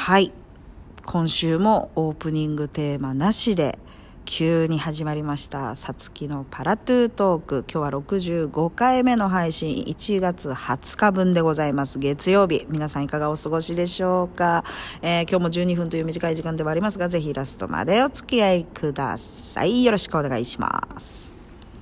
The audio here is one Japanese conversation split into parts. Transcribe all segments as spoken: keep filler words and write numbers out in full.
はい、今週もオープニングテーマなしで急に始まりましたさつきのパラトゥートーク。今日はろくじゅうごかいめの配信、いちがつはつかぶんでございます。月曜日、皆さんいかがお過ごしでしょうか。えー、今日もじゅうにふんという短い時間ではありますが、ぜひラストまでお付き合いください。よろしくお願いします。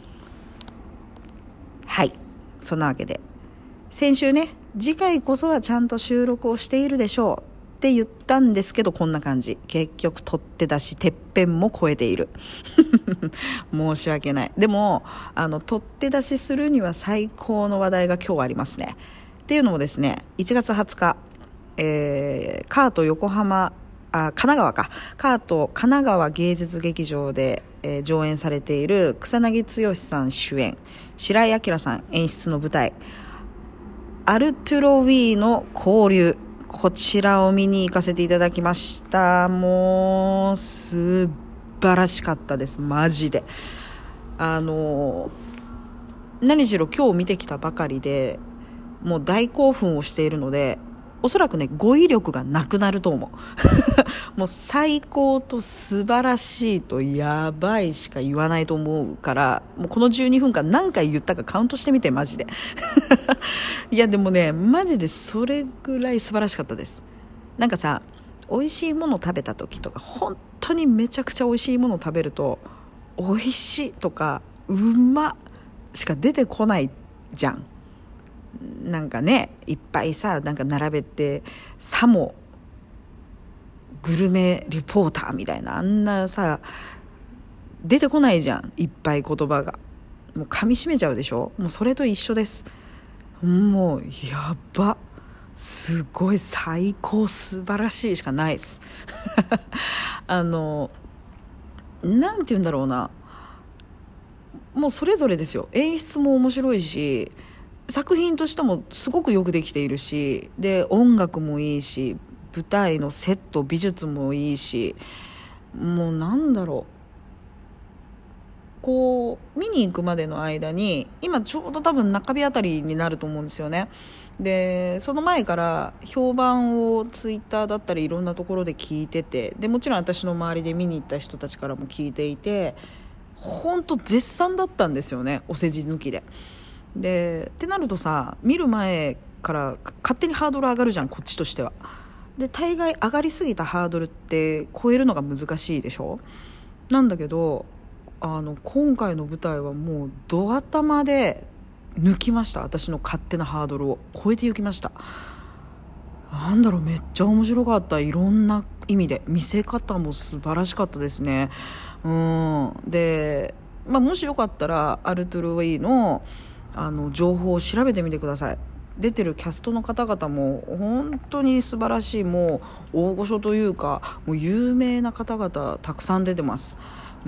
はい、そんなわけで先週ね、次回こそはちゃんと収録をしているでしょうって言ったんですけど、こんな感じ。結局取って出してっぺんも超えている申し訳ない。でもあの取って出しするには最高の話題が今日ありますね。っていうのもですね、いちがつはつか、えー、カート横浜あ神奈川かカート神奈川芸術劇場で、えー、上演されている草薙剛さん主演、白井明さん演出の舞台アルトゥロウィーの交流、こちらを見に行かせていただきました。もう素晴らしかったです、マジで。あの何しろ今日見てきたばかりでもう大興奮をしているので、おそらくね語彙力がなくなると思うもう最高と素晴らしいとやばいしか言わないと思うから、もうこのじゅうにふんかん何回言ったかカウントしてみて、マジでいやでもね、マジでそれぐらい素晴らしかったです。なんかさ、美味しいもの食べた時とか、本当にめちゃくちゃ美味しいもの食べると美味しいとかうましか出てこないじゃん。なんかね、いっぱいさ、なんか並べてさもグルメリポーターみたいな、あんなさ出てこないじゃん、いっぱい言葉が。もう噛み締めちゃうでしょ。もうそれと一緒です。もうやば、すごい、最高、素晴らしいしかないですあのなんて言うんだろうな、もうそれぞれですよ。演出も面白いし、作品としてもすごくよくできているし、で音楽もいいし、舞台のセット美術もいいし、もうなんだろう、こう見に行くまでの間に、今ちょうど多分中日あたりになると思うんですよね。でその前から評判をツイッターだったりいろんなところで聞いてて、でもちろん私の周りで見に行った人たちからも聞いていて、本当絶賛だったんですよね、お世辞抜きで。でってなるとさ、見る前から勝手にハードル上がるじゃん、こっちとしては。で大概上がりすぎたハードルって超えるのが難しいでしょ。なんだけどあの今回の舞台はもうド頭で抜きました。私の勝手なハードルを超えていきました。なんだろう、めっちゃ面白かった。いろんな意味で見せ方も素晴らしかったですね。うんで、まあ、もしよかったらアルトゥルウェイのあの情報を調べてみてください。出てるキャストの方々も本当に素晴らしい、もう大御所というか、もう有名な方々たくさん出てます。うん、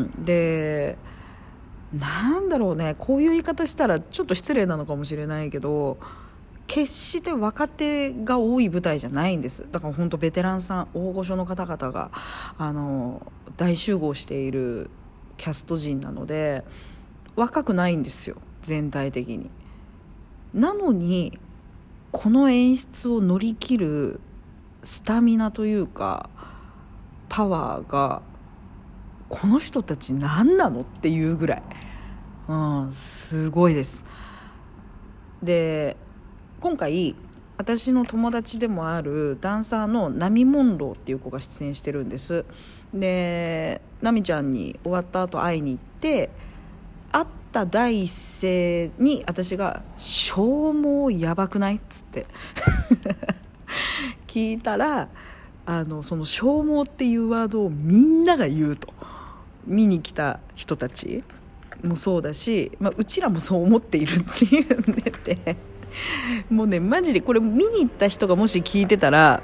でなんだろうね、こういう言い方したらちょっと失礼なのかもしれないけど、決して若手が多い舞台じゃないんです。だから本当ベテランさん、大御所の方々があの大集合しているキャスト陣なので、若くないんですよ、全体的に。なのにこの演出を乗り切るスタミナというかパワーが、この人たち何なのっていうぐらい、うん、すごいです。で今回私の友達でもあるダンサーのナミモンローっていう子が出演してるんです。でナミちゃんに終わった後会いに行って、会った第一声に私が消耗やばくないっつって聞いたら、あのその消耗っていうワードをみんなが言うと、見に来た人たちもそうだし、まあ、うちらもそう思っているっていうんでてもうね、マジでこれ見に行った人がもし聞いてたら、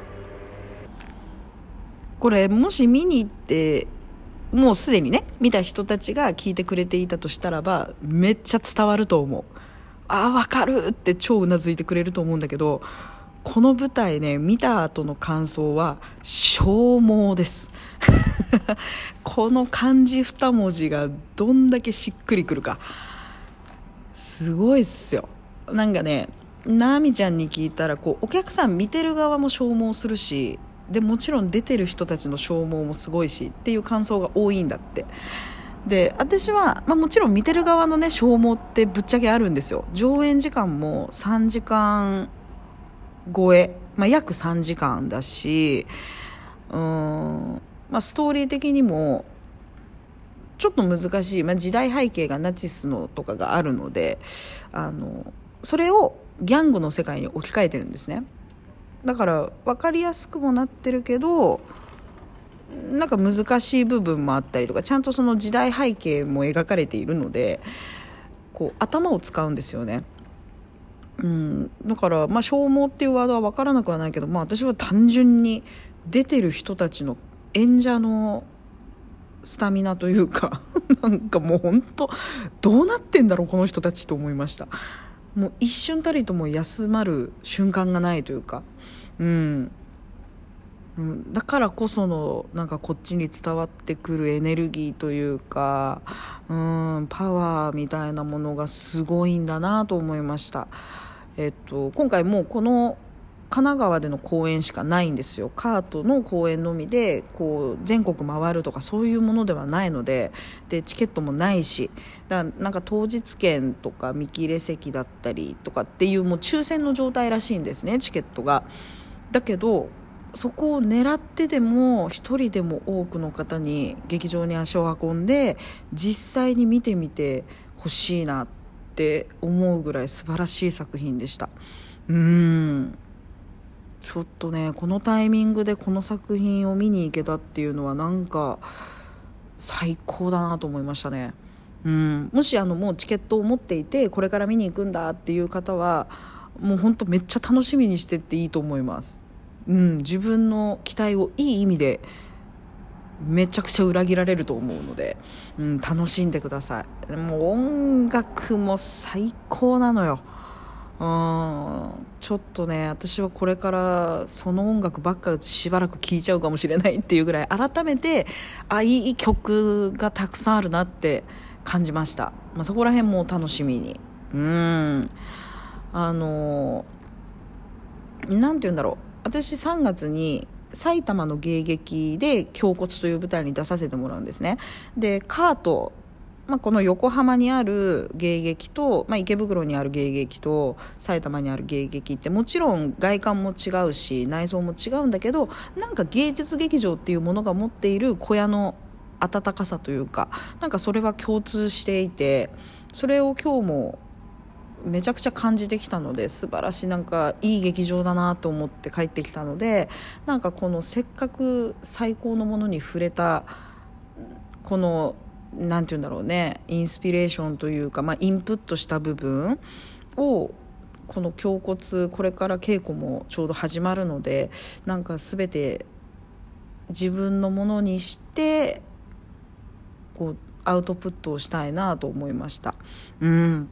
これもし見に行ってもうすでにね見た人たちが聞いてくれていたとしたらば、めっちゃ伝わると思う。あーわかるって超うなずいてくれると思うんだけど、この舞台ね、見た後の感想は消耗ですこの漢字二文字がどんだけしっくりくるか、すごいっすよ。なんかね、なみちゃんに聞いたら、こうお客さん見てる側も消耗するし、 でもちろん出てる人たちの消耗もすごいしっていう感想が多いんだって。で私は、まあ、もちろん見てる側のね消耗ってぶっちゃけあるんですよ。上演時間もさんじかん超え、まあ、約さんじかんだし、うーん、まあ、ストーリー的にもちょっと難しい、まあ、時代背景がナチスのとかがあるので、あのそれをギャングの世界に置き換えてるんですね。だから分かりやすくもなってるけど、なんか難しい部分もあったりとか、ちゃんとその時代背景も描かれているので、こう頭を使うんですよね。うん、だからまあ消耗っていうワードは分からなくはないけど、まあ、私は単純に出てる人たちの演者のスタミナというかなんかもう本当どうなってんだろうこの人たちと思いました。もう一瞬たりとも休まる瞬間がないというか、うんうん、だからこそのなんかこっちに伝わってくるエネルギーというか、うん、パワーみたいなものがすごいんだなと思いました。えっと、今回もうこの神奈川での公演しかないんですよ。カートの公演のみでこう全国回るとかそういうものではないので、でチケットもないし、だからなんか当日券とか見切れ席だったりとかっていうもう抽選の状態らしいんですね、チケットが。だけどそこを狙ってでも一人でも多くの方に劇場に足を運んで実際に見てみてほしいなって思うぐらい素晴らしい作品でした。うーんちょっとねこのタイミングでこの作品を見に行けたっていうのはなんか最高だなと思いましたね。うん、もしあのもうチケットを持っていてこれから見に行くんだっていう方はもう本当めっちゃ楽しみにしてっていいと思います。うん、自分の期待をいい意味でめちゃくちゃ裏切られると思うので、うん、楽しんでください。もう音楽も最高なのよ。うん、ちょっとね私はこれからその音楽ばっかしばらく聴いちゃうかもしれないっていうぐらい改めてあいい曲がたくさんあるなって感じました。まあ、そこら辺も楽しみに。うんあのなんて言うんだろう、私さんがつに埼玉の芸劇で胸骨という舞台に出させてもらうんですね。でカート、まあ、この横浜にある芸劇と、まあ、池袋にある芸劇と埼玉にある芸劇ってもちろん外観も違うし内装も違うんだけど、なんか芸術劇場っていうものが持っている小屋の温かさというか、なんかそれは共通していて、それを今日もめちゃくちゃ感じてきたので素晴らしい、なんかいい劇場だなと思って帰ってきたので、なんかこのせっかく最高のものに触れたこのなんていうんだろうね、インスピレーションというか、まあ、インプットした部分をこの胸骨、これから稽古もちょうど始まるので、なんか全て自分のものにしてこうアウトプットをしたいなと思いました。うん、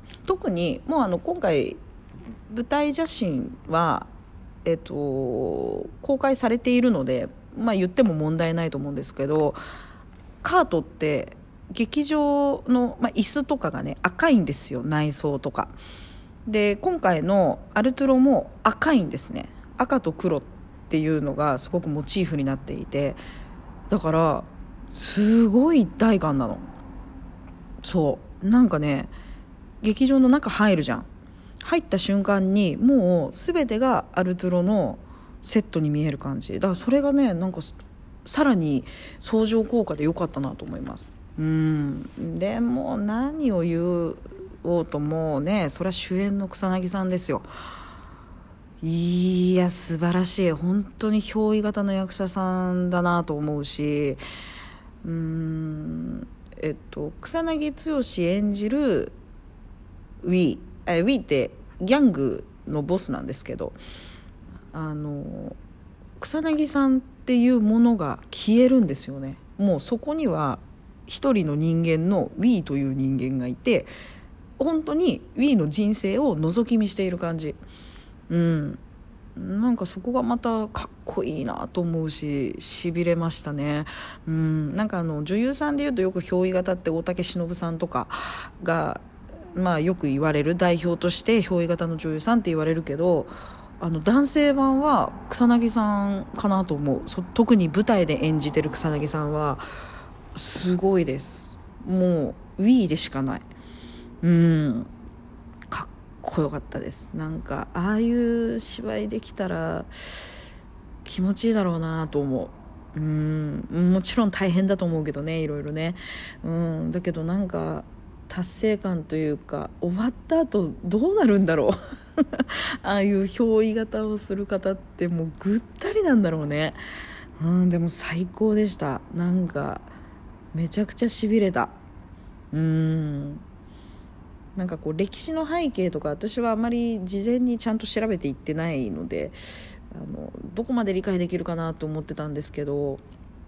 特にもうあの今回舞台写真は、えっと、公開されているので、まあ、言っても問題ないと思うんですけど、カートって劇場の、まあ、椅子とかがね赤いんですよ、内装とかで。今回のアルトゥロも赤いんですね。赤と黒っていうのがすごくモチーフになっていて、だからすごい一体感なの。そうなんかね劇場の中入るじゃん。入った瞬間にもう全てがアルトゥロのセットに見える感じだから、それがねなんかさらに相乗効果で良かったなと思います。うんでも何を言おうともうね、それは主演の草薙さんですよ。いや素晴らしい、本当に憑依型の役者さんだなと思うし、うーんえっと草薙剛演じるウィー、えウィーってギャングのボスなんですけど、あの草薙さんっていうものが消えるんですよね。もうそこには一人の人間のウィーという人間がいて、本当にウィーの人生を覗き見している感じ。うんなんかそこがまたかっこいいなと思うし、しびれましたね。うんなんかあの女優さんでいうとよく憑依型って大竹しのぶさんとかが、まあ、よく言われる代表として憑依型の女優さんって言われるけど、 あの男性版は草薙さんかなと思う。そ特に舞台で演じてる草薙さんはすごいです。もうウィーでしかない。うんかっこよかったです。なんかああいう芝居できたら気持ちいいだろうなと思う。うんもちろん大変だと思うけどね、いろいろね。うんだけどなんか達成感というか、終わった後どうなるんだろうああいう憑依型をする方ってもうぐったりなんだろうね。うんでも最高でした。なんかめちゃくちゃしびれた。うんなんかこう歴史の背景とか私はあまり事前にちゃんと調べていってないので、あのどこまで理解できるかなと思ってたんですけど、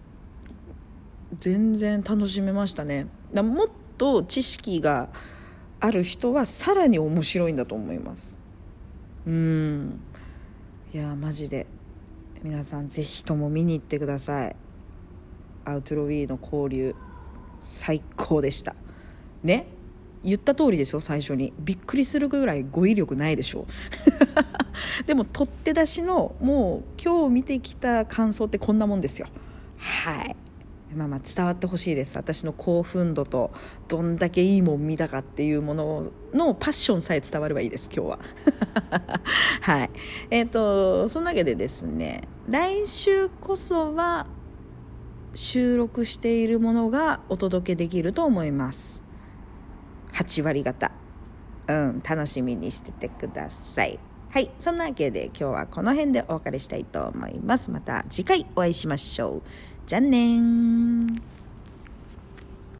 全然楽しめましたね。だもっと知識がある人はさらに面白いんだと思います。うんいやマジで皆さんぜひとも見に行ってください。アウトロウィーの交流最高でしたね。言った通りでしょ。最初にびっくりするぐらい語彙力ないでしょでも取って出しのもう今日見てきた感想ってこんなもんですよ。はいまあまあ伝わってほしいです。私の興奮度とどんだけいいもん見たかっていうもののパッションさえ伝わればいいです今日ははいえっ、ー、とそんなわけでですね、来週こそは収録しているものがお届けできると思います。はち割方うん楽しみにしててください。はいそんなわけで今日はこの辺でお別れしたいと思います。また次回お会いしましょう。じゃあねー。